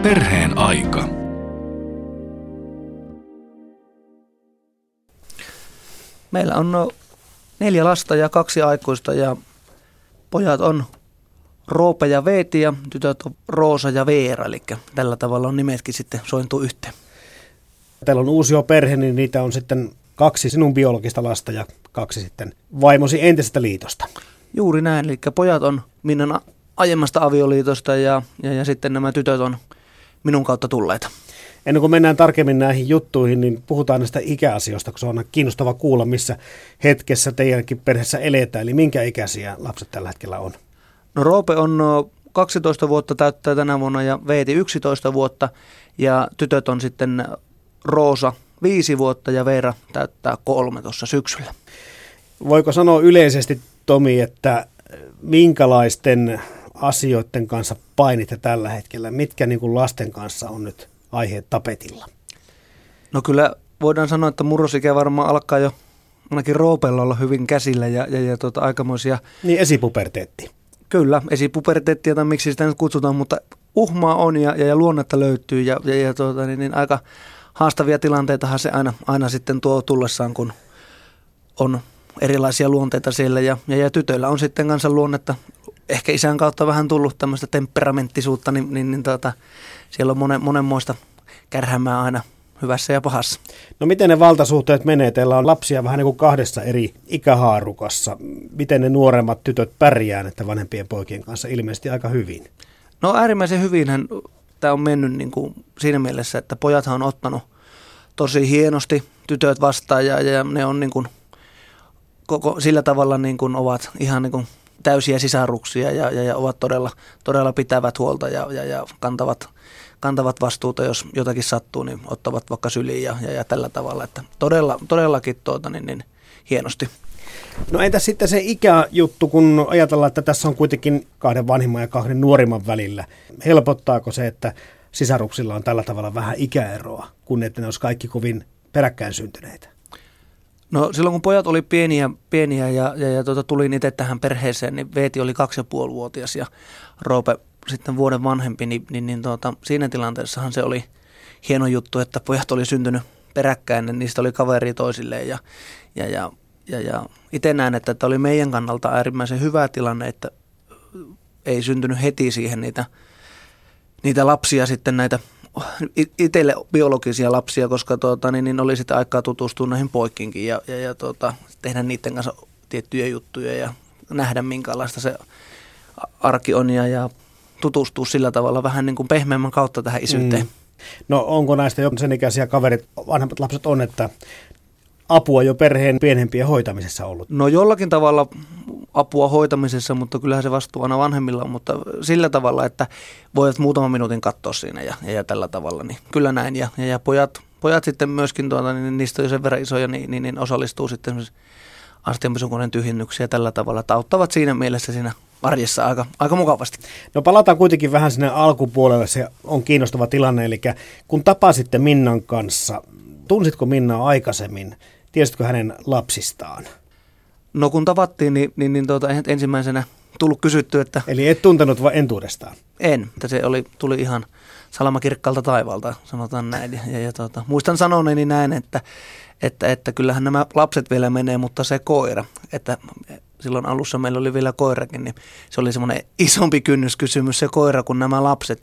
Perheen aika. Meillä on 4 lasta ja 2 aikuista ja pojat on Roope ja Veeti ja tytöt on Roosa ja Veera, eli tällä tavalla on nimetkin sitten sointu yhteen. Teillä on uusio perhe, niin niitä on sitten 2 sinun biologista lasta ja 2 sitten vaimosi entisestä liitosta. Juuri näin, eli pojat on Minnan aiemmasta avioliitosta ja sitten nämä tytöt on minun kautta tulleita. Ennen kuin mennään tarkemmin näihin juttuihin, niin puhutaan näistä ikäasioista, kun se on kiinnostava kuulla, missä hetkessä teidänkin perheessä eletään. Eli minkä ikäisiä lapset tällä hetkellä on? No Roope on 12 vuotta täyttää tänä vuonna ja Veeti 11 vuotta ja tytöt on sitten Roosa 5 vuotta ja Veera täyttää 3 tuossa syksyllä. Voiko sanoa yleisesti, Tomi, että minkälaisten asioiden kanssa painitte tällä hetkellä? Mitkä niin kuin lasten kanssa on nyt aiheet tapetilla? No kyllä voidaan sanoa, että murrosikä varmaan alkaa jo ainakin Roopella olla hyvin käsillä ja aikamoisia. Niin esipuberteetti. Kyllä, esipuberteettia tai miksi sitä nyt kutsutaan, mutta uhmaa on ja luonnetta löytyy ja aika haastavia tilanteitahan se aina sitten tuo tullessaan, kun on erilaisia luonteita siellä ja tytöillä on sitten kanssa luonnetta. Ehkä isän kautta vähän tullut tämmöistä temperamenttisuutta, niin siellä on monenmoista kärhämää aina hyvässä ja pahassa. No miten ne valtasuhteet menee? Teillä on lapsia vähän niin kuin 2 eri ikähaarukassa. Miten ne nuoremmat tytöt pärjää että vanhempien poikien kanssa? Ilmeisesti aika hyvin. No äärimmäisen hyvinhän tämä on mennyt niin kuin siinä mielessä, että pojathan on ottanut tosi hienosti tytöt vastaan ja ne on niin kuin sillä tavalla niin kuin ovat ihan niin kuin täysiä sisaruksia ja ovat todella pitävät huolta ja kantavat vastuuta, jos jotakin sattuu, niin ottavat vaikka syliin ja tällä tavalla, että todellakin niin hienosti. No entä sitten se ikäjuttu, kun ajatellaan, että tässä on kuitenkin 2 vanhimman ja 2 nuorimman välillä. Helpottaako se, että sisaruksilla on tällä tavalla vähän ikäeroa, kun että ne olisi kaikki kovin peräkkäin syntyneitä? No silloin kun pojat oli pieniä ja tulin itse tähän perheeseen, niin Veeti oli 2,5-vuotias ja Roope sitten vuoden vanhempi, niin siinä tilanteessahan se oli hieno juttu, että pojat oli syntynyt peräkkäin, niin niistä oli kaveri toisilleen ja itse näen, että tämä oli meidän kannalta äärimmäisen hyvä tilanne, että ei syntynyt heti siihen niitä lapsia sitten näitä itselle biologisia lapsia, koska oli sitten aikaa tutustua näihin poikkiinkin ja tehdä niiden kanssa tiettyjä juttuja ja nähdä minkälaista se arki on ja tutustua sillä tavalla vähän niin kuin pehmeämmän kautta tähän isyyteen. No onko näistä jo sen ikäisiä kaverit, vanhemmat lapset on, että apua jo perheen pienempien hoitamisessa ollut? No jollakin tavalla apua hoitamisessa, mutta kyllähän se vastuu aina vanhemmilla on, mutta sillä tavalla, että voivat muutaman minuutin katsoa siinä ja tällä tavalla, niin kyllä näin. Ja pojat sitten myöskin, niin niistä on jo sen verran isoja, niin osallistuu sitten esimerkiksi astianpesukoneen tyhjennyksiä ja tällä tavalla, että auttavat siinä mielessä siinä arjessa aika mukavasti. No palataan kuitenkin vähän sinne alkupuolelle, se on kiinnostava tilanne, eli kun tapasitte Minnan kanssa, tunsitko Minnaa aikaisemmin? Tiesitkö hänen lapsistaan? No kun tavattiin, niin ensimmäisenä tullut kysytty, että... Eli et tuntenut vai entuudestaan? En, että se tuli ihan salamakirkkaalta taivaalta, sanotaan näin. Ja muistan sanoneeni näin, että kyllähän nämä lapset vielä menee, mutta se koira, että silloin alussa meillä oli vielä koirakin, niin se oli semmoinen isompi kynnyskysymys se koira kuin nämä lapset,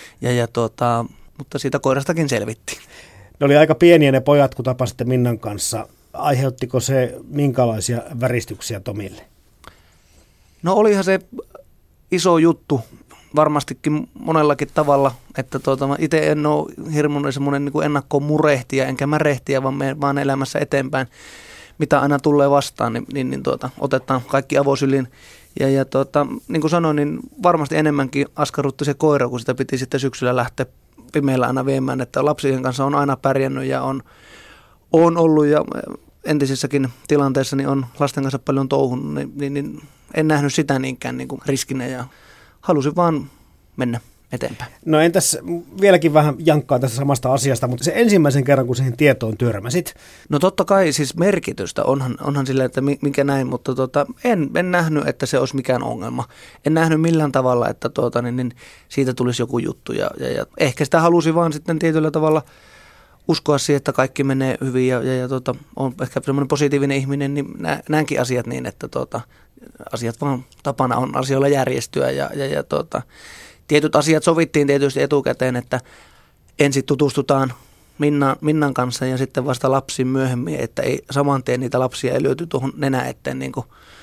mutta siitä koirastakin selvittiin. Ne oli aika pieniä ne pojat, kun tapasitte Minnan kanssa. Aiheuttiko se minkälaisia väristyksiä Tomille? No olihan se iso juttu varmastikin monellakin tavalla, että itse en ole hirmuinen semmoinen niin kuin ennakkoon murehtia enkä märehtiä, vaan elämässä eteenpäin, mitä aina tulee vastaan, niin otetaan kaikki avosylin. Ja niin kuin sanoin, niin varmasti enemmänkin askarrutti se koira, kun sitä piti sitten syksyllä lähteä pimeällä aina viemään, että lapsien kanssa on aina pärjännyt ja on ollut ja entisissäkin tilanteissa niin on lasten kanssa paljon touhunut, niin en nähnyt sitä niinkään niin kuin riskinä ja halusin vaan mennä eteenpäin. No entäs vieläkin vähän jankkaa tästä samasta asiasta, mutta se ensimmäisen kerran, kun siihen tietoon törmäsit? No totta kai siis merkitystä onhan sillä, että mikä näin, mutta en nähnyt, että se olisi mikään ongelma. En nähnyt millään tavalla, että siitä tulisi joku juttu ja ehkä sitä halusi vaan sitten tietyllä tavalla uskoa siihen, että kaikki menee hyvin ja on ehkä semmoinen positiivinen ihminen, niin näenkin asiat niin, että asiat vaan tapana on asioilla järjestyä ja tietyt asiat sovittiin tietysti etukäteen, että ensin tutustutaan Minnan kanssa ja sitten vasta lapsiin myöhemmin, että ei saman tien niitä lapsia ei löyty tuohon nenä eteen, niin kuin,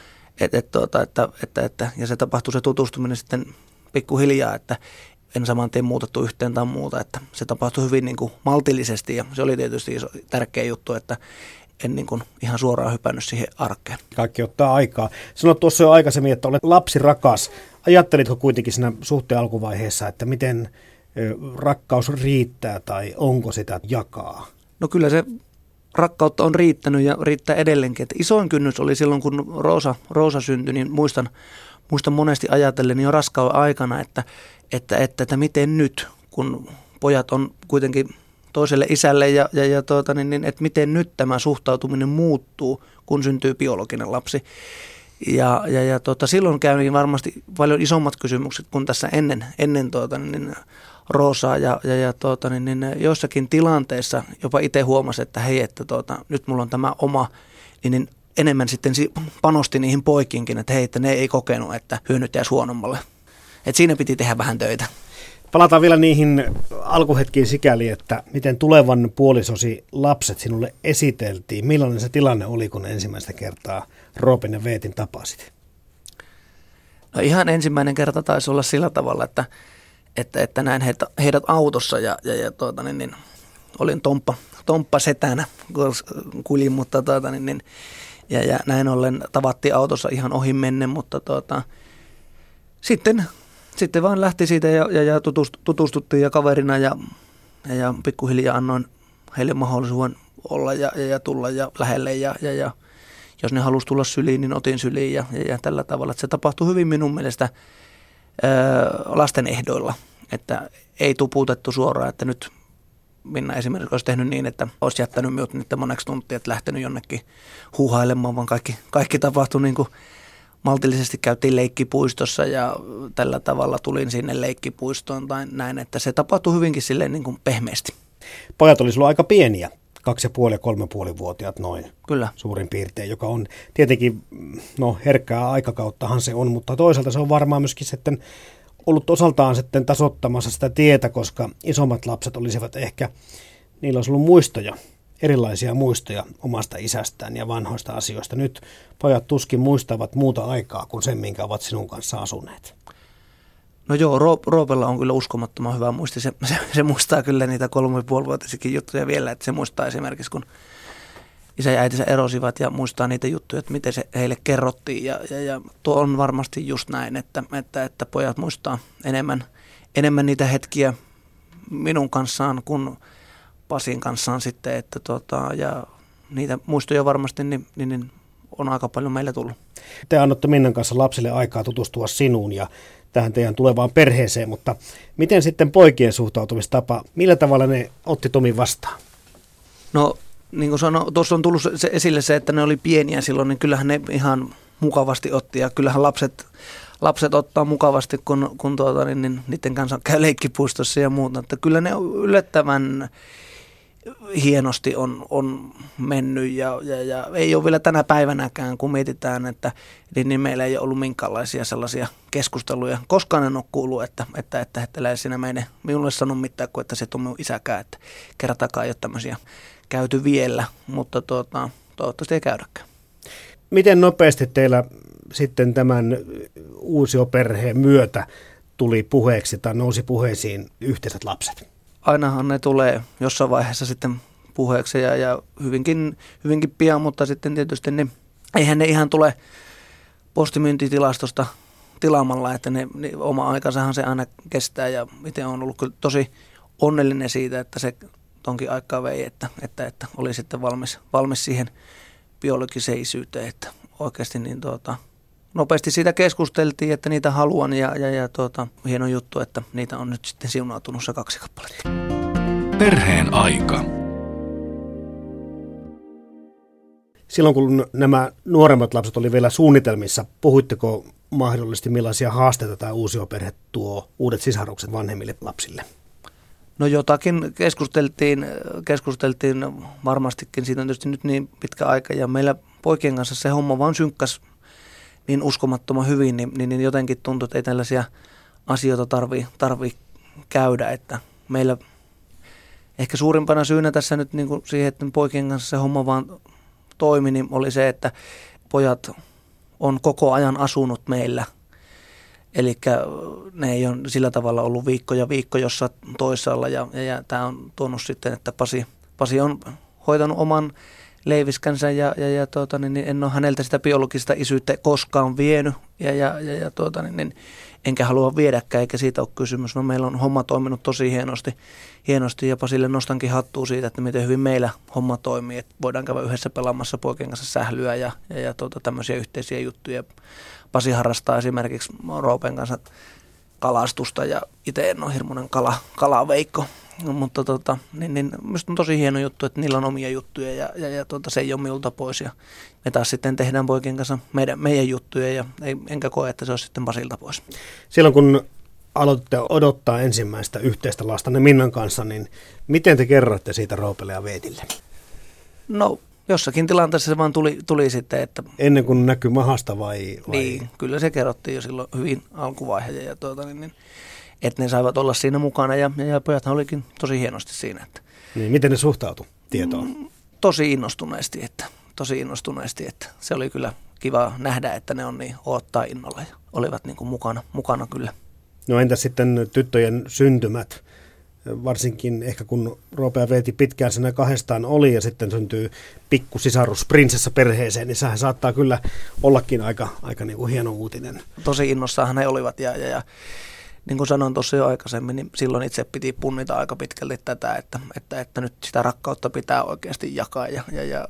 ja se tapahtui se tutustuminen sitten pikkuhiljaa, että en saman tien muutettu yhteen tai muuta, että se tapahtui hyvin niin kuin maltillisesti ja se oli tietysti tärkeä juttu, että en niin kuin ihan suoraan hypännyt siihen arkeen. Kaikki ottaa aikaa. Sanoit tuossa jo aikaisemmin, että olet lapsirakas. Ajattelitko kuitenkin siinä suhteen alkuvaiheessa, että miten rakkaus riittää tai onko sitä jakaa? No kyllä se rakkautta on riittänyt ja riittää edelleenkin. Että isoin kynnys oli silloin, kun Roosa syntyi, niin muistan monesti ajatellen jo raskauden aikana, että miten nyt, kun pojat on kuitenkin toiselle isälle että miten nyt tämä suhtautuminen muuttuu, kun syntyy biologinen lapsi. Ja silloin käy varmasti paljon isommat kysymykset kuin tässä ennen Roosaa ja joissakin tilanteissa jopa itse huomasin, että hei, että nyt mulla on tämä oma, niin enemmän sitten panosti niihin poikinkin, että hei, että ne ei kokenut, että hyönyt jäisi huonommalle. Että siinä piti tehdä vähän töitä. Palataan vielä niihin alkuhetkiin sikäli, että miten tulevan puolisosi lapset sinulle esiteltiin. Millainen se tilanne oli, kun ensimmäistä kertaa Roopen ja Veetin tapasit? No ihan ensimmäinen kerta taisi olla sillä tavalla, että näin heidät autossa ja olin tomppa setänä, kuljin, mutta ja näin ollen tavattiin autossa ihan ohi menne, mutta sitten vaan lähti siitä ja tutustuttiin ja kaverina ja pikkuhiljaa annoin heille mahdollisuuden olla ja tulla ja lähelle ja jos ne halusi tulla syliin, niin otin syliin ja tällä tavalla. Että se tapahtui hyvin minun mielestä lasten ehdoilla, että ei tuputettu suoraan, että nyt Minna esimerkiksi olisi tehnyt niin, että olisi jättänyt minut nyt moneksi tuntia, että lähtenyt jonnekin huuhailemaan, vaan kaikki tapahtui niin kuin maltillisesti. Käytiin leikkipuistossa ja tällä tavalla tulin sinne leikkipuistoon tai näin, että se tapahtui hyvinkin silleen niin kuin pehmeästi. Pojat oli sulla aika pieniä, 2,5- ja 3,5-vuotiaat noin. Kyllä. Suurin piirtein, joka on tietenkin, herkkää aikakauttahan se on, mutta toisaalta se on varmaan myöskin sitten ollut osaltaan sitten tasoittamassa sitä tietä, koska isommat lapset olisivat ehkä, niillä olisi ollut muistoja, erilaisia muistoja omasta isästään ja vanhoista asioista. Nyt pojat tuskin muistavat muuta aikaa kuin sen, minkä ovat sinun kanssa asuneet. No joo, Roopella on kyllä uskomattoman hyvä muisti. Se muistaa kyllä niitä 3,5-vuotiaisikin juttuja vielä, että se muistaa esimerkiksi, kun isä ja äitinsä erosivat ja muistaa niitä juttuja, että miten se heille kerrottiin. Ja tuo on varmasti just näin, että pojat muistaa enemmän niitä hetkiä minun kanssaan kuin Pasin kanssaan sitten, ja niitä muistoja varmasti niin on aika paljon meille tullut. Te annoitte Minnan kanssa lapsille aikaa tutustua sinuun ja tähän teidän tulevaan perheeseen, mutta miten sitten poikien suhtautumistapa, millä tavalla ne otti Tomin vastaan? No niin kuin sanoin, tuossa on tullut esille se, että ne oli pieniä silloin, niin kyllähän ne ihan mukavasti otti ja kyllähän lapset ottaa mukavasti, kun niiden kanssa käy leikkipuistossa ja muuta, että kyllä ne yllättävän hienosti on mennyt ja ei ole vielä tänä päivänäkään, kun mietitään, että niin meillä ei ole ollut minkäänlaisia sellaisia keskusteluja. Koskaan en ole kuullut, että sinä minulle sano mitään kuin, että se on minun isäkään, että kertakaan ei ole tämmöisiä käyty vielä, mutta toivottavasti ei käydäkään. Miten nopeasti teillä sitten tämän uusioperheen myötä tuli puheeksi tai nousi puheisiin yhteiset lapset? Ainahan ne tulee jossain vaiheessa sitten puheeksi ja hyvinkin pian, mutta sitten tietysti eihän ne ihan tule postimyyntitilastosta tilaamalla, että ne oma aikansahan se aina kestää ja itse on ollut tosi onnellinen siitä, että se tonkin aikaa vei, että oli sitten valmis siihen biologiseen isyyteen, että oikeasti nopeasti siitä keskusteltiin, että niitä haluan ja hieno juttu, että niitä on nyt sitten siunautunut se 2 kappaletta. Perheen aika. Silloin kun nämä nuoremmat lapset oli vielä suunnitelmissa, puhuitteko mahdollisesti millaisia haasteita tämä uusioperhe tuo uudet sisarukset vanhemmille lapsille? No jotakin keskusteltiin varmastikin, siitä on tietysti nyt niin pitkä aika ja meillä poikien kanssa se homma vaan synkkäsi niin uskomattoman hyvin, niin jotenkin tuntui, että ei tällaisia asioita tarvii käydä, että meillä ehkä suurimpana syynä tässä nyt niin kuin siihen, että poikien kanssa se homma vaan toimi, niin oli se, että pojat on koko ajan asunut meillä. Eli ne ei ole sillä tavalla ollut viikko jossain toisaalla ja tämä on tuonut sitten, että Pasi on hoitanut oman leiviskänsä ja en ole häneltä sitä biologista isyyttä koskaan vienyt enkä halua viedäkään, eikä siitä ole kysymys. No, meillä on homma toiminut tosi hienosti ja Pasille nostankin hattua siitä, että miten hyvin meillä homma toimii, että voidaan käydä yhdessä pelaamassa poikien kanssa sählyä ja tämmöisiä yhteisiä juttuja. Pasi harrastaa esimerkiksi Roopen kanssa kalastusta ja itse en ole hirmuinen kalaveikko, mutta minusta on tosi hieno juttu, että niillä on omia juttuja ja se ei ole minulta pois ja me taas sitten tehdään poikien kanssa meidän juttuja ja enkä koe, että se olisi sitten Pasilta pois. Silloin kun aloitte odottaa ensimmäistä yhteistä lastanne Minnan kanssa, niin miten te kerroitte siitä Roopelle ja Veetille? No jossakin tilanteessa se vaan tuli sitten, että... Ennen kuin näkyi mahasta vai? Niin, kyllä se kerrottiin jo silloin hyvin alkuvaiheessa että ne saivat olla siinä mukana ja pojathan olikin tosi hienosti siinä. Että, niin, miten ne suhtautui tietoon? Tosi innostuneesti, että se oli kyllä kiva nähdä, että ne on niin odottaa innolla ja olivat niin kuin mukana kyllä. No entä sitten tyttöjen syntymät? Varsinkin ehkä kun Roope ja Veeti pitkään siinä kahdestaan oli ja sitten syntyy pikkusisarus prinsessa perheeseen, niin sehän saattaa kyllä ollakin aika niin kuin hieno uutinen. Tosi innossahan he olivat ja niin kuin sanoin tuossa jo aikaisemmin, niin silloin itse piti punnita aika pitkälti tätä, että nyt sitä rakkautta pitää oikeasti jakaa ja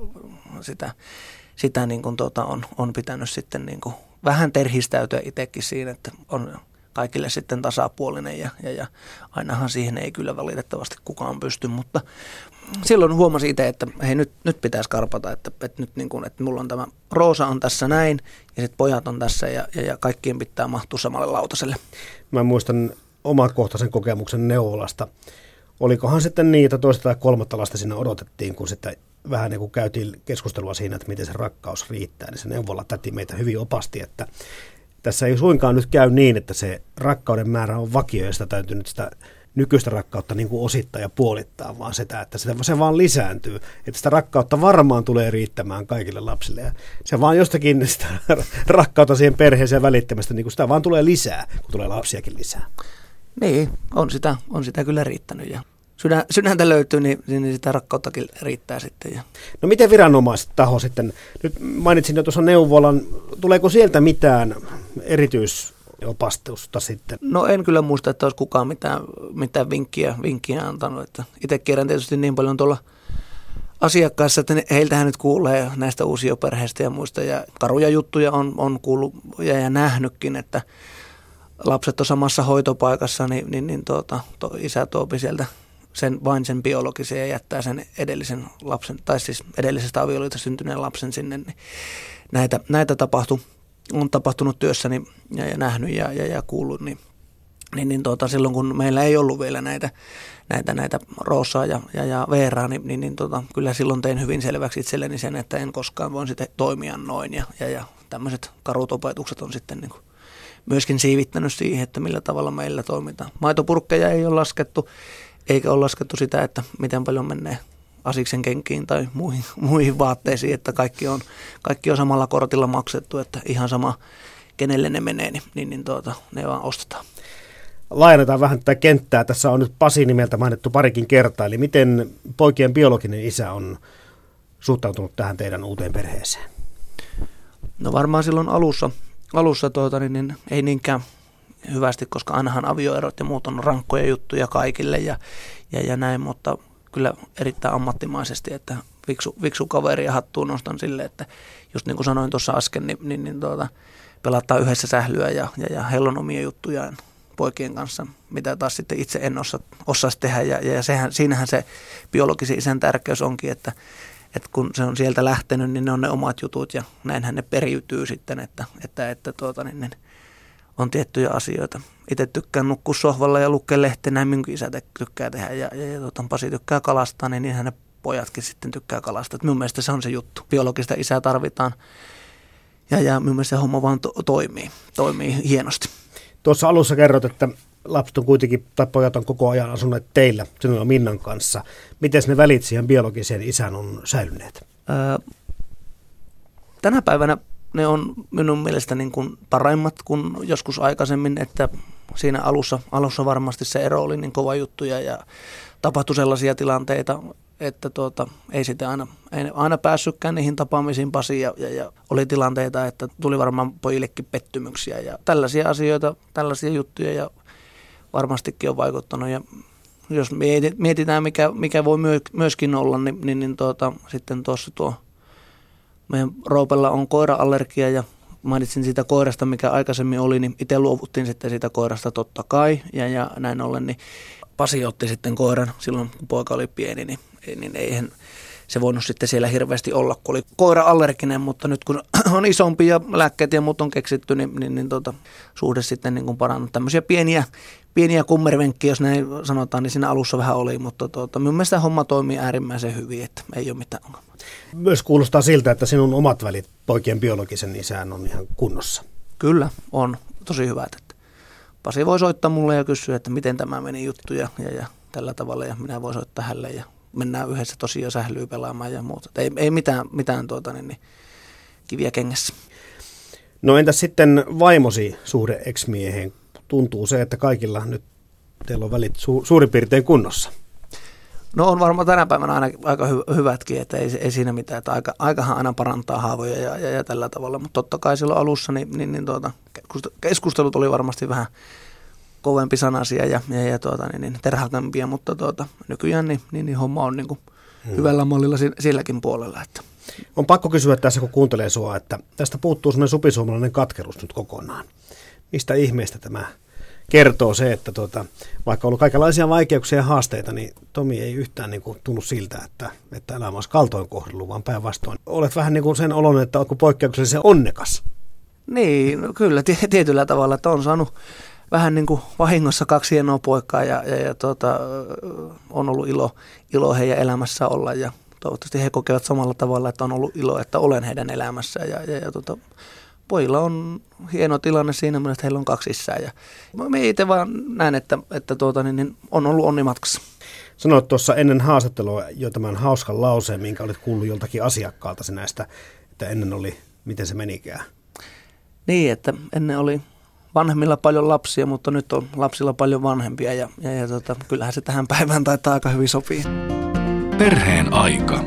sitä niin kuin on pitänyt sitten niin kuin vähän terhistäytyä itsekin siinä, että on kaikille sitten tasapuolinen ja ainahan siihen ei kyllä valitettavasti kukaan pysty, mutta silloin huomasin itse, että hei nyt pitäisi karpata, että nyt niin kuin, että mulla on tämä Roosa on tässä näin ja sitten pojat on tässä ja kaikkien pitää mahtua samalle lautaselle. Mä muistan omakohtaisen kokemuksen neuvolasta. Olikohan sitten niitä toista tai kolmatta lasta siinä odotettiin, kun sitten vähän niin kuin käytiin keskustelua siinä, että miten se rakkaus riittää, niin se neuvola täti meitä hyvin opasti, että tässä ei suinkaan nyt käy niin, että se rakkauden määrä on vakio ja sitä täytyy nyt sitä nykyistä rakkautta niin kuin osittaa ja puolittaa, vaan sitä, että se vaan lisääntyy. Että sitä rakkautta varmaan tulee riittämään kaikille lapsille ja se vaan jostakin sitä rakkautta siihen perheeseen välittämästä, niin kuin sitä vaan tulee lisää, kun tulee lapsiakin lisää. Niin, on sitä kyllä riittänyt ja sydäntä löytyy, niin sitä rakkauttakin riittää sitten. No miten viranomaiset taho sitten, nyt mainitsin jo tuossa neuvolan, tuleeko sieltä mitään erityisopastusta sitten? No en kyllä muista, että olisi kukaan mitään vinkkiä antanut, että itse kierrän tietysti niin paljon tuolla asiakkaissa, että heiltähän nyt kuulee näistä uusioperheistä ja muista ja karuja juttuja on kuullut ja nähnytkin, että lapset on samassa hoitopaikassa, niin isä tuopi sieltä vain sen biologisen ja jättää sen edellisen lapsen, tai siis edellisestä avioliitosta syntyneen lapsen sinne. Niin näitä on tapahtunut työssäni ja nähnyt ja kuullut, niin silloin kun meillä ei ollut vielä näitä Roosaa ja Veeraa, niin kyllä silloin tein hyvin selväksi itselleni sen, että en koskaan voi sitten toimia noin. Ja tämmöiset karut opetukset on sitten niin kuin myöskin siivittänyt siihen, että millä tavalla meillä toimitaan. Maitopurkkeja ei ole laskettu, eikä ole laskettu sitä, että miten paljon menee asiksen kenkiin tai muihin vaatteisiin, että kaikki on samalla kortilla maksettu, että ihan sama kenelle ne menee, niin ne vaan ostetaan. Laajennetaan vähän tätä kenttää. Tässä on nyt Pasi nimeltä mainittu parikin kertaa, eli miten poikien biologinen isä on suhtautunut tähän teidän uuteen perheeseen? No varmaan silloin alussa niin ei niinkään hyvästi, koska ainahan avioerot ja muut on rankkoja juttuja kaikille ja näin, mutta kyllä erittäin ammattimaisesti, että fiksu kaveri ja hattuun nostan sille, että just niin kuin sanoin tuossa äsken, niin pelataan yhdessä sählyä ja heillä on omia juttujaan poikien kanssa, mitä taas sitten itse en osaisi tehdä. Ja siinähän se biologisen isän tärkeys onkin, että kun se on sieltä lähtenyt, niin ne on ne omat jutut ja näinhän ne periytyy sitten, että on tiettyjä asioita. Itse tykkään nukkua sohvalla ja lukea lehteä, näin minunkin isä tykkää tehdä ja Pasi tykkää kalastaa, niin niinhän ne pojatkin sitten tykkää kalastaa. Minun mielestä se on se juttu. Biologista isää tarvitaan ja minun mielestä se homma vaan toimii hienosti. Tuossa alussa kerrot, että lapset on kuitenkin, tai pojat on koko ajan asuneet teillä, sinun ja Minnan kanssa. Miten ne välit siihen biologiseen isään on säilyneet? Tänä päivänä ne on minun mielestä niin kuin paremmat kuin joskus aikaisemmin, että siinä alussa varmasti se ero oli niin kova juttu ja tapahtui sellaisia tilanteita, että ei sitten aina päässytkään niihin tapaamisiin Pasi ja oli tilanteita, että tuli varmaan pojillekin pettymyksiä ja tällaisia asioita, tällaisia juttuja ja varmastikin on vaikuttanut ja jos mietitään mikä voi myöskin olla, niin sitten tuossa meidän Roopella on koira-allergia ja mainitsin siitä koirasta, mikä aikaisemmin oli, niin itse luovuttiin sitten siitä koirasta totta kai ja näin ollen, niin Pasi otti sitten koiran silloin, kun poika oli pieni, niin eihän se voinut sitten siellä hirveästi olla, kun oli koira-allerginen, mutta nyt kun on isompi ja lääkkeet ja muut on keksitty, niin suhde sitten niin kuin parannut. Tämmöisiä pieniä kummervenkkiä, jos näin sanotaan, niin siinä alussa vähän oli, mutta minun mielestä homma toimii äärimmäisen hyvin, että ei ole mitään ongelmaa. Myös kuulostaa siltä, että sinun omat välit poikien biologisen isään on ihan kunnossa. Kyllä, on tosi hyvät. Että Pasi voi soittaa mulle ja kysyä, että miten tämä meni juttu ja tällä tavalla ja minä voin soittaa hänelle ja mennään yhdessä tosiaan sählyä pelaamaan ja muuta. Ei mitään kiviä kengässä. No entäs sitten vaimosi suhde ex-mieheen? Tuntuu se, että kaikilla nyt teillä on välit suurin piirtein kunnossa. No on varmaan tänä päivänä aika hyvätkin, että ei siinä mitään, että aikahan aina parantaa haavoja ja tällä tavalla, mutta totta kai silloin alussa keskustelut oli varmasti vähän kovempi sanaisia ja terhakampia, mutta nykyään niin homma on niin kuin hyvällä mallilla silläkin puolella. Että. On pakko kysyä tässä, kun kuuntelee sua, että tästä puuttuu semmoinen supisuomalainen katkeruus nyt kokonaan. Mistä ihmeestä tämä kertoo se, että vaikka on ollut kaikenlaisia vaikeuksia ja haasteita, niin Tomi ei yhtään niin kuin tunnu siltä, että elämä olisi kaltoinkohdellut, vaan päinvastoin. Olet vähän niin kuin sen olon, että oletko poikkeuksellisen onnekas. Niin, no kyllä tietyllä tavalla, että on saanut vähän niin kuin vahingossa 2 hienoa poikaa ja on ollut ilo heidän elämässä olla ja toivottavasti he kokevat samalla tavalla, että on ollut ilo, että olen heidän elämässä ja pojilla on hieno tilanne siinä mielessä, että heillä on 2 isää ja me itse vaan näen, että on ollut onni matkassa. Sanoit tuossa ennen haastattelua jo tämän hauskan lauseen, minkä olit kuullut joltakin asiakkaalta näistä, että ennen oli, miten se menikään. Niin, että ennen oli vanhemmilla paljon lapsia, mutta nyt on lapsilla paljon vanhempia ja kyllähän se tähän päivään taitaa aika hyvin sopii. Perheen aika.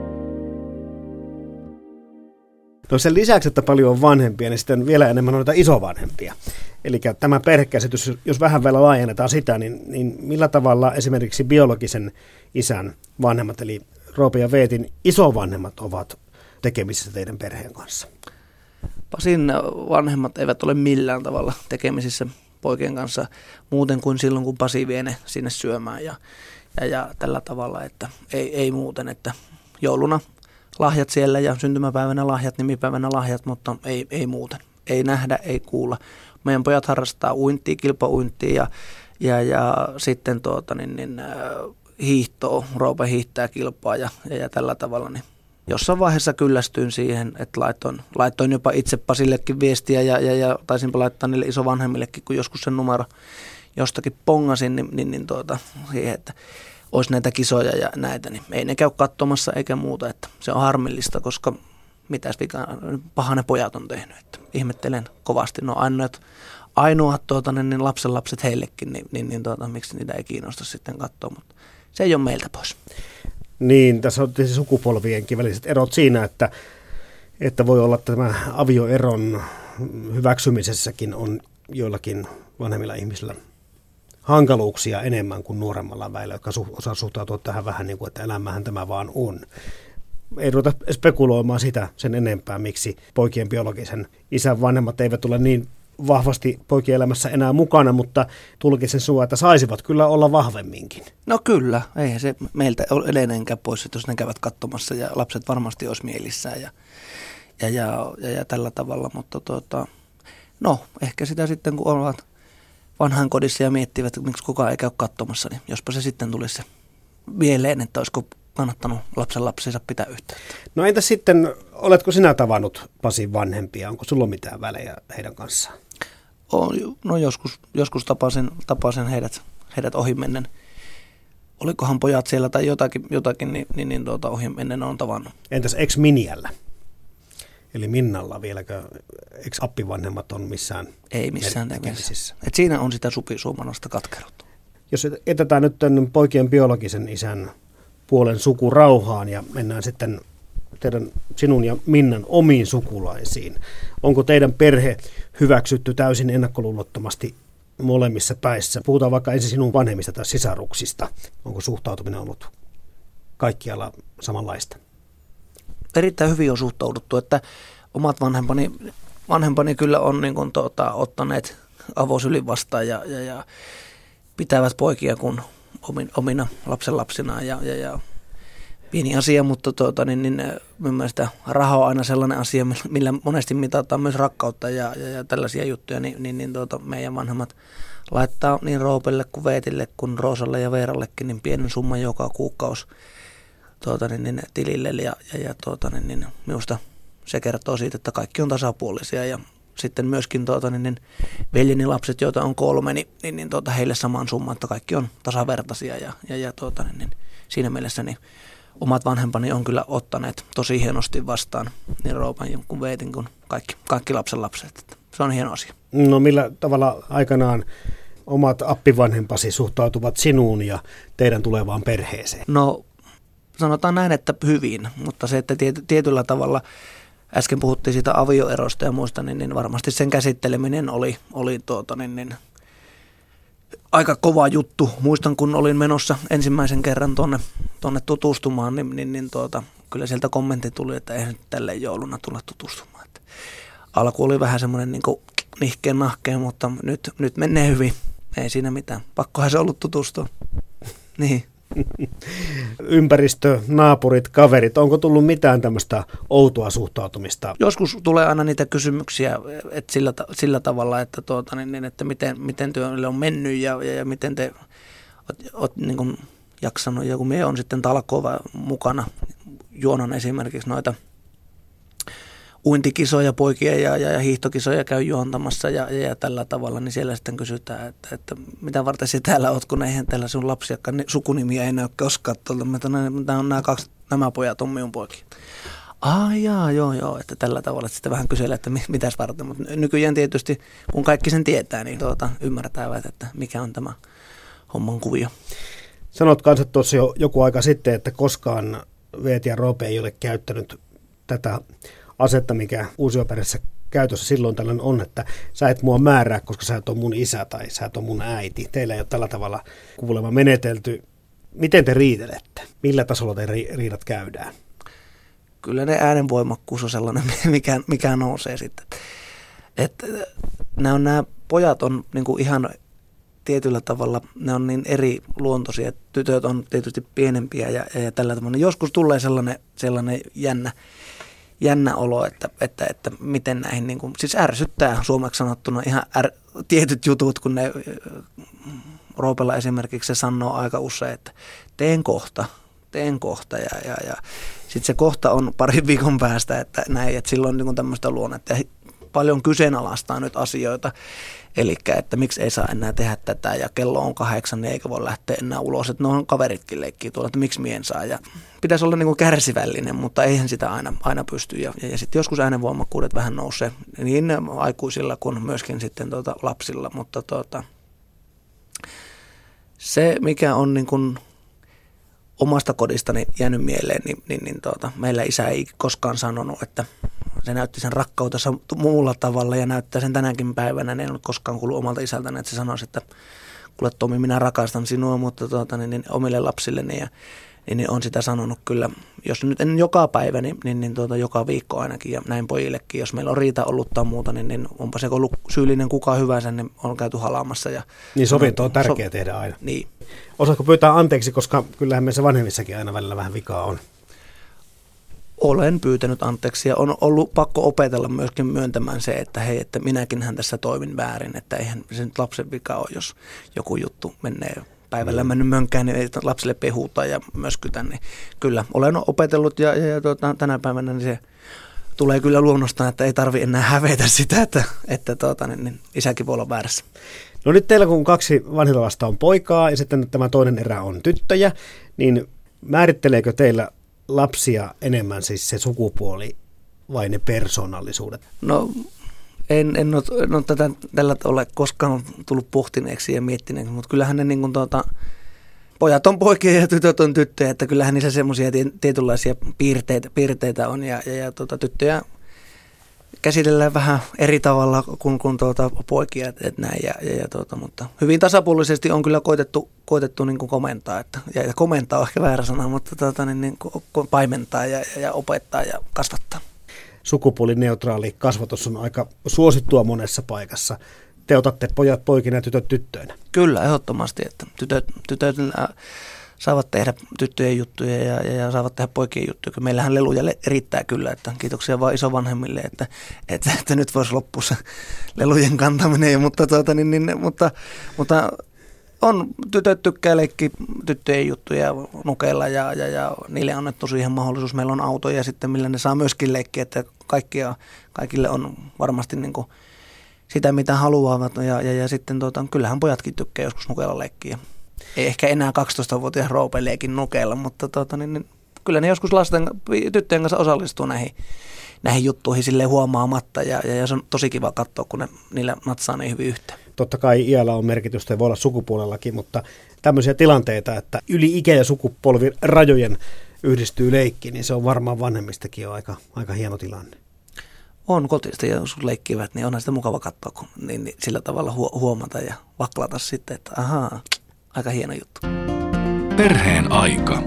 No sen lisäksi, että paljon on vanhempia, niin sitten vielä enemmän on noita isovanhempia. Eli tämä perhekäsitys, jos vähän vielä laajennetaan sitä, niin millä tavalla esimerkiksi biologisen isän vanhemmat, eli Roope ja Veetin isovanhemmat ovat tekemisissä teidän perheen kanssa? Pasin vanhemmat eivät ole millään tavalla tekemisissä poikien kanssa muuten kuin silloin, kun Pasi vie ne sinne syömään ja tällä tavalla, että ei muuten, että jouluna lahjat siellä ja syntymäpäivänä lahjat, nimipäivänä lahjat, mutta ei muuten. Ei nähdä, ei kuulla. Meidän pojat harrastaa uintia, kilpauintia ja sitten hiihtoa, Roope hiihtää kilpaa ja tällä tavalla. Niin jossain vaiheessa kyllästyin siihen, että laitoin jopa itse Pasillekin viestiä ja taisinpa laittaa niille isovanhemmillekin, kun joskus sen numero jostakin pongasin, siihen, että olisi näitä kisoja ja näitä, niin ei ne käy katsomassa eikä muuta, että se on harmillista, koska mitäs paha ne pojat on tehnyt, että ihmettelen kovasti, no ainoat niin lapsenlapset heillekin, niin miksi niitä ei kiinnosta sitten katsoa, mutta se ei ole meiltä pois. Niin, tässä on tietysti sukupolvienkin väliset erot siinä, että voi olla, että tämä avioeron hyväksymisessäkin on joillakin vanhemmilla ihmisillä hankaluuksia enemmän kuin nuoremmalla väillä, jotka osaa suhtautua tähän vähän niin kuin, että elämähän tämä vaan on. ei ruveta spekuloimaan sitä sen enempää, miksi poikien biologisen isän vanhemmat eivät ole niin vahvasti poikien elämässä enää mukana, mutta tulkitsen sinua, että saisivat kyllä olla vahvemminkin. No kyllä, eihän se meiltä ole edelleenkään pois, että jos ne käyvät katsomassa ja lapset varmasti olisi mielissään ja tällä tavalla, mutta no ehkä sitä sitten kun ovat vanhainkodissa ja miettivät, että miksi kukaan ei käy katsomassa, niin jospa se sitten tulisi se mieleen, että olisiko kannattanut lapsensa pitää yhteyttä. No entä sitten, oletko sinä tavannut Pasin vanhempia? Onko sulla mitään välejä heidän kanssaan? No joskus tapasin heidät ohimennen. Olikohan pojat siellä tai jotakin niin ohimennen on tavannut. Entäs ex-Miniällä? Eli Minnalla vieläkö ex-appivanhemmat on missään? Ei missään tekemisissä. Et siinä on sitä supisuomanosta katkeruutta. Jos etetään nyt tämän poikien biologisen isän puolen sukurauhaan ja mennään sitten sinun ja Minnan omiin sukulaisiin. Onko teidän perhe hyväksytty täysin ennakkoluulottomasti molemmissa päissä? Puhutaan vaikka ensin sinun vanhemmista tai sisaruksista. Onko suhtautuminen ollut kaikkialla samanlaista? Erittäin hyvin on suhtauduttu, että omat vanhempani kyllä on niin kuin, ottaneet avosylin vastaan ja pitävät poikia kuin omina lapsenlapsinaan ja pieni asia, mutta minun mielestä raha on aina sellainen asia, millä monesti mitataan myös rakkautta ja tällaisia juttuja, niin meidän vanhemmat laittaa niin Roopelle kuin Veetille kuin Roosalle ja Veerallekin niin pienen summan joka kuukausi tilille ja minusta se kertoo siitä, että kaikki on tasapuolisia ja sitten myöskin veljeni lapset, joita on 3, niin heille samaan summaan, että kaikki on tasavertaisia ja siinä mielessä niin omat vanhempani on kyllä ottaneet tosi hienosti vastaan niin Roopan kuin Veetin kuin kaikki lapset. Se on hieno asia. No millä tavalla aikanaan omat appivanhempasi suhtautuvat sinuun ja teidän tulevaan perheeseen? No sanotaan näin, että hyvin, mutta se, että tietyllä tavalla äsken puhuttiin siitä avioerosta ja muista, niin varmasti sen käsitteleminen oli aika kova juttu. Muistan, kun olin menossa ensimmäisen kerran tuonne tutustumaan, niin kyllä sieltä kommentti tuli, että eihän tälleen jouluna tulla tutustumaan. Että alku oli vähän semmoinen niin nihkeen nahkeen, mutta nyt menee hyvin. Ei siinä mitään. Pakkohan se ollut tutustua. Niin. Ympäristö, naapurit, kaverit, onko tullut mitään tämmöistä outoa suhtautumista? Joskus tulee aina niitä kysymyksiä että sillä tavalla, että, että miten työlle on mennyt ja miten te olet niin kuin jaksanut. Ja kun minä olen sitten talkoova mukana, juonan esimerkiksi noita uintikisoja poikia ja hiihtokisoja käy juontamassa ja tällä tavalla, niin siellä sitten kysytään, että mitä varten sinä täällä olet, kun eihän täällä sun lapsiakaan sukunimiä ei näy koskaan tuolta. Nämä pojat on minun poikia. Joo, että tällä tavalla sitten vähän kyselee, että mitäs varten. Mutta nykyään tietysti, kun kaikki sen tietää, niin ymmärtävät, että mikä on tämä homman kuvio. Sanot kanssa tuossa jo joku aika sitten, että koskaan Veeti ja Roope ei ole käyttänyt tätä asetta, mikä uusioperäisessä käytössä silloin tällöin on, että sä et mua määrää, koska sä et ole mun isä tai sä et ole mun äiti. Teillä ei ole tällä tavalla kuulemma menetelty. Miten te riitelette? Millä tasolla te riidat käydään? Kyllä ne äänenvoimakkuus on sellainen, mikä nousee sitten. Että nämä pojat on niinku ihan tietyllä tavalla, ne on niin eri luontoisia. Tytöt on tietysti pienempiä ja tällä tavalla. Joskus tulee sellainen jännä olo, että miten näihin, niin kuin, siis ärsyttää suomeksi sanottuna ihan tietyt jutut, kun ne Roopella esimerkiksi se sanoo aika usein, että teen kohta ja sitten se kohta on parin viikon päästä, että näin, että silloin niin tämmöistä luonnetta ja paljon kyseenalaistaa nyt asioita, eli että miksi ei saa enää tehdä tätä ja kello on 8, niin eikä voi lähteä enää ulos, että no kaveritkin leikkii tuolla, että miksi mien saa ja pitäisi olla niin kuin kärsivällinen, mutta eihän sitä aina pysty ja sitten joskus äänenvoimakkuudet vähän nousee niin aikuisilla kuin myöskin sitten lapsilla, mutta se mikä on niin kuin omasta kodistani jäänyt mieleen, niin meillä isä ei koskaan sanonut, että se näytti sen rakkautensa muulla tavalla ja näyttää sen tänäkin päivänä. En ollut koskaan kuullut omalta isältäni, että se sanoisi, että kuule Tomi, minä rakastan sinua, mutta niin omille lapsilleni. niin on sitä sanonut kyllä, jos nyt en joka päivä, niin joka viikko ainakin ja näin pojillekin. Jos meillä on riita ollut tai muuta, niin onpa se ollut syyllinen kuka hyvänsä, niin on käyty halaamassa. Niin sovinto on tärkeää tehdä aina. Niin. Osaatko pyytää anteeksi, koska kyllähän meissä vanhemmissakin aina välillä vähän vikaa on. Olen pyytänyt anteeksi ja on ollut pakko opetella myöskin myöntämään se, että hei, että minäkinhän tässä toimin väärin, että eihän se nyt lapsen vika ole, jos joku juttu menee päivällä mennyt mönkään, niin ei lapselle pehuta ja möskytä, niin kyllä olen opetellut ja tänä päivänä niin se tulee kyllä luonnostaan, että ei tarvitse enää hävetä sitä, että niin isäkin voi olla väärässä. No nyt teillä kun 2 vanhilta lasta on poikaa ja sitten tämä toinen erä on tyttöjä, niin määritteleekö teillä lapsia enemmän siis se sukupuoli vai ne persoonallisuudet? No en ole tällä ole koskaan tullut pohtineeksi ja miettineeksi, mutta kyllähän ne niin kuin pojat on poikia ja tytöt on tyttöjä, että kyllähän niissä semmoisia tietynlaisia piirteitä on ja tyttöjä käsitellään vähän eri tavalla kuin poikia, että näin mutta hyvin tasapuolisesti on kyllä koitettu niin kuin komentaa, ja komentaa on ehkä väärä sana, mutta niin paimentaa ja opettaa ja kasvattaa. Sukupuolineutraali kasvatus on aika suosittua monessa paikassa. Te otatte pojat poikina ja tytöt tyttöinä. Kyllä, ehdottomasti, että tytöt saavat tehdä tyttöjen juttuja ja saavat tehdä poikien juttuja. Meillähän leluja riittää kyllä, että kiitoksia vaan isovanhemmille, että nyt voisi loppua se lelujen kantaminen, mutta on tytöt tykkää leikkiä tyttöjen juttuja nukeilla ja niille on annettu siihen mahdollisuus. Meillä on autoja sitten, millä ne saa myöskin leikkiä, että kaikille on varmasti niin kuin sitä, mitä haluavat ja sitten kyllähän pojatkin tykkää joskus nukeilla leikkiä. Ei ehkä enää 12-vuotias Roope leikin nukeilla, mutta kyllä ne joskus tyttöjen kanssa osallistuu näihin juttuihin silleen huomaamatta ja se on tosi kiva katsoa, kun ne niillä natsaa niin hyvin yhteen. Totta kai iällä on merkitystä ja voi olla sukupuolellakin, mutta tämmöisiä tilanteita, että yli ikä- ja sukupolvirajojen yhdistyy leikki, niin se on varmaan vanhemmistakin jo aika hieno tilanne. On kotista ja jos leikkivät, niin onhan sitä mukava katsoa, kun niin sillä tavalla huomata ja vaklata sitten, että ahaa, aika hieno juttu. Perheen aika.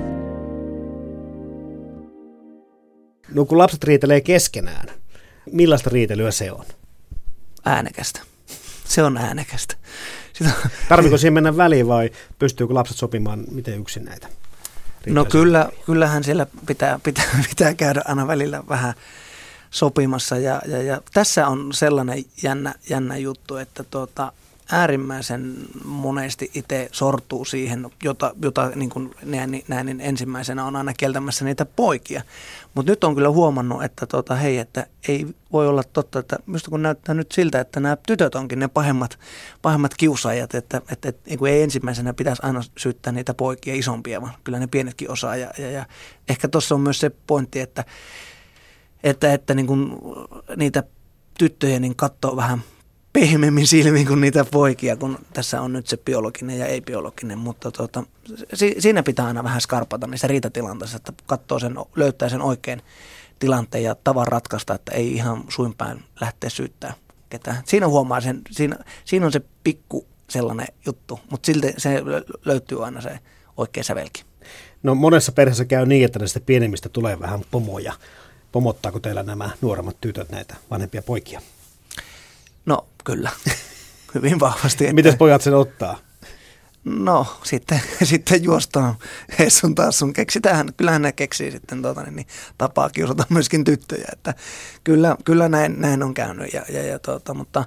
No kun lapset riitelee keskenään, millaista riitelyä se on? Äänekästä. Se on äänekästä. Tarviiko siihen mennä väliin vai pystyykö lapset sopimaan miten yksin näitä? No kyllähän siellä pitää käydä aina välillä vähän sopimassa ja tässä on sellainen jännä juttu, että äärimmäisen monesti itse sortuu siihen, jota niin kuin näin ensimmäisenä on aina kieltämässä niitä poikia. Mutta nyt on kyllä huomannut, että hei, että ei voi olla totta, että minusta kun näyttää nyt siltä, että nämä tytöt onkin ne pahemmat kiusaajat, että ei ensimmäisenä pitäisi aina syyttää niitä poikia isompia, vaan kyllä ne pienetkin osaa. Ja ehkä tuossa on myös se pointti, että niin kuin niitä tyttöjä niin katsoo vähän pehmeämmin silmiin kuin niitä poikia, kun tässä on nyt se biologinen ja ei-biologinen, mutta siinä pitää aina vähän skarpata niissä riitatilanteissa, että löytää sen oikein tilanteen ja tavan ratkaista, että ei ihan suinpäin lähteä syyttää ketään. Siinä huomaa sen, siinä on se pikku sellainen juttu, mutta silti se löytyy aina se oikea sävelki. No monessa perheessä käy niin, että näistä pienemmistä tulee vähän pomoja. Pomottaako teillä nämä nuoremmat tytöt näitä vanhempia poikia? No kyllä, hyvin vahvasti. Miten pojat sen ottaa? No sitten juostaan sun taas sun kyllähän ne keksii sitten niin tapaa kiusata myöskin tyttöjä, että kyllä näin on käynyt mutta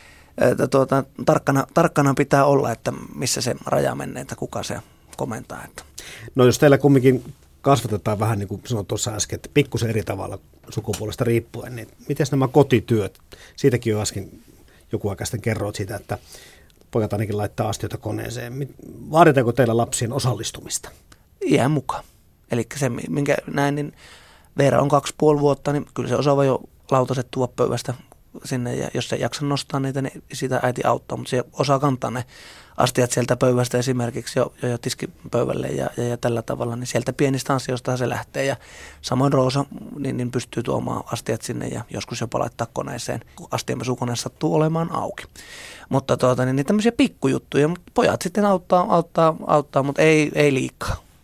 tarkkana pitää olla, että missä se raja menee, että kuka se komentaa. Että. No jos teillä kumminkin kasvatetaan vähän niin kuin sanoin tuossa äsken, että pikkusen eri tavalla sukupuolesta riippuen, niin miten nämä kotityöt, siitäkin jo äsken joku aika sitten kerroit siitä, että pojat ainakin laittaa astioita koneeseen. Vaaditaanko teillä lapsien osallistumista? Iän mukaan. Eli se, minkä näin, niin Veera on 2,5 vuotta, niin kyllä se osaa jo lautaset tuoda pöydästä sinne, ja jos se ei jaksa nostaa niitä, niin sitä äiti auttaa, mutta se osaa kantaa ne astiat sieltä pöydästä esimerkiksi jo tiskipöydälle ja tällä tavalla, niin sieltä pienistä asioista se lähtee, ja samoin Roosa niin pystyy tuomaan astiat sinne ja joskus jopa laittaa koneeseen, kun astianpesukone sattuu olemaan auki. Mutta niin tämmöisiä pikkujuttuja, mutta pojat sitten auttaa, mutta ei liikaa.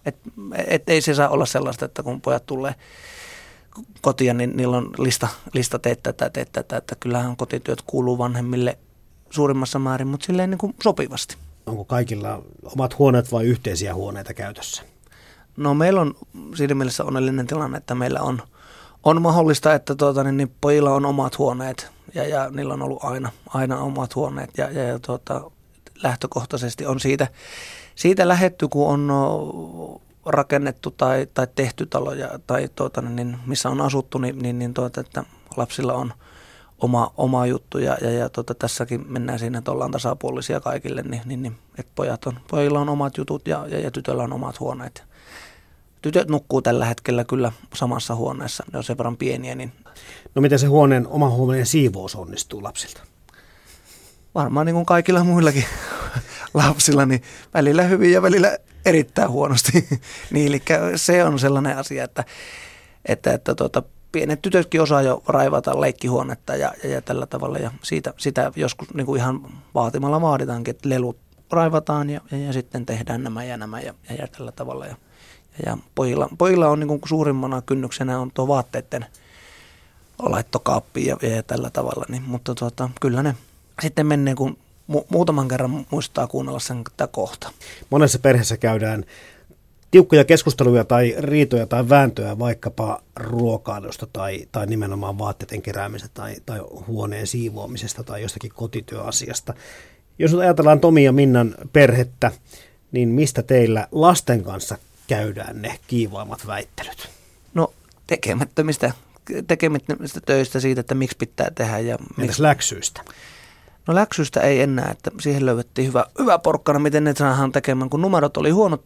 Et ei se saa olla sellaista, että kun pojat tulee kotiin, niin niillä on lista teet tätä, että kyllähän kotityöt kuuluu vanhemmille suurimmassa määrin, mutta silleen niin kuin sopivasti. Onko kaikilla omat huoneet vai yhteisiä huoneita käytössä? No meillä on siinä mielessä onnellinen tilanne, että meillä on mahdollista, että niin pojilla on omat huoneet ja niillä on ollut aina omat huoneet ja lähtökohtaisesti on siitä lähdetty, kun on rakennettu tai tehty taloja tai missä on asuttu, että lapsilla on oma juttu ja tässäkin mennään siinä, että ollaan tasapuolisia kaikille, niin että pojilla on omat jutut ja tytöllä on omat huoneet. Tytöt nukkuu tällä hetkellä kyllä samassa huoneessa, ne on sen verran pieniä. Niin no miten se oman huoneen siivous onnistuu lapsilta? Varmaan niin kuin kaikilla muillakin lapsilla, niin välillä hyvin ja välillä erittäin huonosti. Niin, eli se on sellainen asia, että pienet tytötkin osaa jo raivata leikkihuonetta ja tällä tavalla. Ja sitä joskus niin kuin ihan vaatimalla vaaditaankin, että lelut raivataan ja sitten tehdään nämä ja tällä tavalla. Ja pojilla on niin kuin suurimmana kynnyksenä on tuo vaatteiden laittokaappi ja tällä tavalla. Niin, mutta kyllä ne sitten menee, kun muutaman kerran muistaa kuunnella sen kohta. Monessa perheessä käydään tiukkoja keskusteluja tai riitoja tai vääntöjä vaikkapa ruokailusta tai nimenomaan vaatteiden keräämisestä tai huoneen siivoamisesta tai jostakin kotityöasiasta. Jos nyt ajatellaan Tomi ja Minnan perhettä, niin mistä teillä lasten kanssa käydään ne kiivaimmat väittelyt? No tekemättömistä töistä siitä, että miksi pitää tehdä. Entäs läksyistä? No läksyistä ei enää, että siihen löydettiin hyvä porkkana, miten ne saadaan tekemään. Kun numerot oli huonot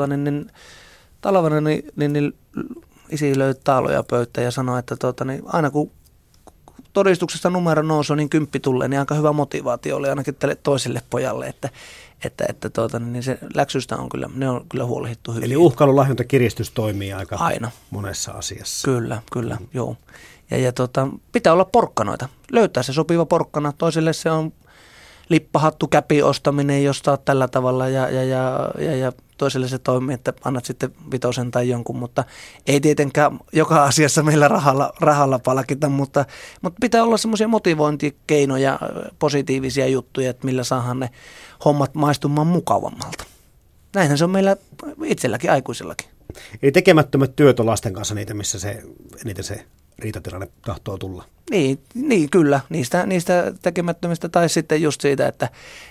talvena, niin isi löi taaloja pöytään ja sanoi, että aina kun todistuksesta numero nousee, niin 10 tulee, niin aika hyvä motivaatio oli ainakin tälle toiselle pojalle, että se läksystä on kyllä huolehdittu hyvin. Eli uhkailu, lahjonta, kiristys toimii aina monessa asiassa. Kyllä, joo. Ja pitää olla porkkanoita. Löytää se sopiva porkkana. Toiselle se on lippahattu, käpi ostaminen, josta olet tällä tavalla ja toiselle se toimii, että annat sitten 5 tai jonkun, mutta ei tietenkään joka asiassa meillä rahalla palkita, mutta pitää olla semmoisia motivointikeinoja, positiivisia juttuja, että millä saadaan ne hommat maistumaan mukavammalta. Näinhän se on meillä itselläkin, aikuisillakin. Eli tekemättömät työt on lasten kanssa niitä, missä eniten se riitatilanne tahtoo tulla. Niin kyllä, niistä tekemättömistä tai sitten just siitä, että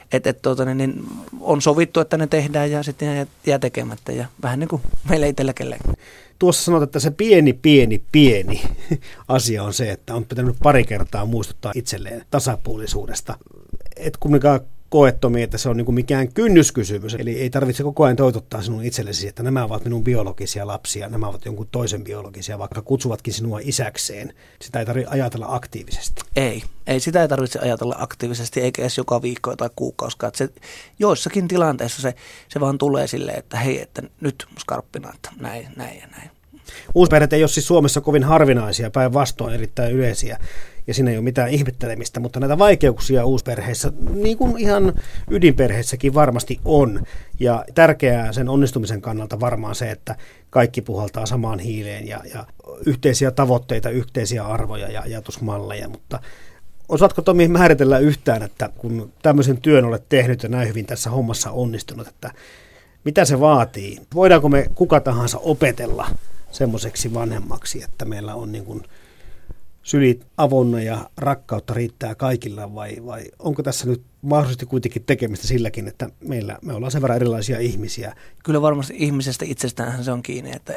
on sovittu, että ne tehdään ja sitten jää tekemättä ja vähän niin kuin meillä itsellä kellään. Tuossa sanot, että se pieni asia on se, että on pitänyt pari kertaa muistuttaa itselleen tasapuolisuudesta. Et kumminkaan koe, Tomi, että se on niin kuin mikään kynnyskysymys. Eli ei tarvitse koko ajan toitottaa sinun itsellesi, että nämä ovat minun biologisia lapsia, nämä ovat jonkun toisen biologisia, vaikka kutsuvatkin sinua isäkseen. Sitä ei tarvitse ajatella aktiivisesti. Ei sitä ei tarvitse ajatella aktiivisesti, eikä edes joka viikko tai kuukausi. Se, joissakin tilanteissa se vaan tulee silleen, että hei, että nyt skarppina, että näin ja näin. Uusperheet ei ole siis Suomessa kovin harvinaisia, päinvastoin erittäin yleisiä. Ja siinä ei ole mitään ihmettelemistä, mutta näitä vaikeuksia uusperheissä, niin kuin ihan ydinperheissäkin varmasti on. Ja tärkeää sen onnistumisen kannalta varmaan se, että kaikki puhaltaa samaan hiileen ja yhteisiä tavoitteita, yhteisiä arvoja ja ajatusmalleja. Mutta osaatko, Tomi, määritellä yhtään, että kun tämmöisen työn olet tehnyt ja näin hyvin tässä hommassa onnistunut, että mitä se vaatii? Voidaanko me kuka tahansa opetella semmoiseksi vanhemmaksi, että meillä on niin kuin sylit avonna ja rakkautta riittää kaikilla vai onko tässä nyt mahdollisesti kuitenkin tekemistä silläkin, että me ollaan sen verran erilaisia ihmisiä? Kyllä varmasti ihmisestä itsestään se on kiinni, että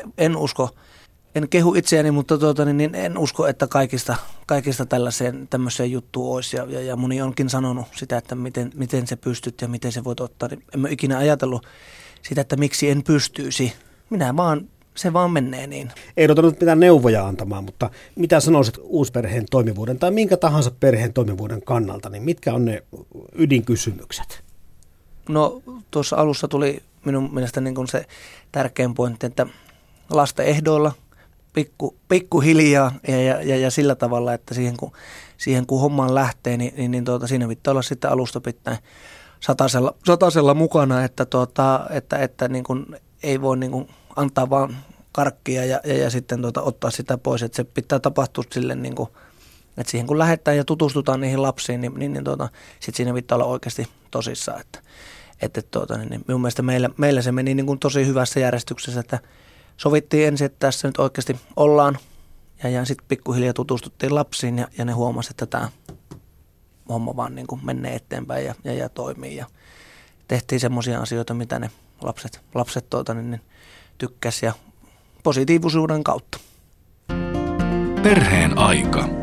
en kehu itseäni, mutta niin en usko, että kaikista tämmöiseen juttuun olisi ja moni onkin sanonut sitä, että miten se pystyt ja miten se voit ottaa. En mä ikinä ajatellut sitä, että miksi en pystyisi. Se vaan menee niin. Ei ole nyt mitään neuvoja antamaan, mutta mitä sanoisit uusperheen toimivuuden tai minkä tahansa perheen toimivuuden kannalta, niin mitkä on ne ydinkysymykset? No tuossa alussa tuli minun mielestä niin kuin se tärkein pointti, että lasten ehdoilla pikkuhiljaa ja sillä tavalla, että siihen kun hommaan lähtee, niin siinä pitää olla sitten alusta pitäen satasella mukana, että niin kuin ei voi niin kuin antaa vaan karkkia ja sitten ottaa sitä pois, että se pitää tapahtua sille niin kuin, että siihen kun lähdetään ja tutustutaan niihin lapsiin, niin sitten siinä pitää olla oikeasti tosissaan, niin minun mielestä meillä se meni niin kuin tosi hyvässä järjestyksessä, että sovittiin ensin, että tässä nyt oikeasti ollaan ja sitten pikkuhiljaa tutustuttiin lapsiin ja ne huomasi, että tämä homma vaan niin kuin menee eteenpäin ja toimii ja tehtiin semmoisia asioita, mitä ne lapset niin tykkäsi ja positiivisuuden kautta. Perheen aika.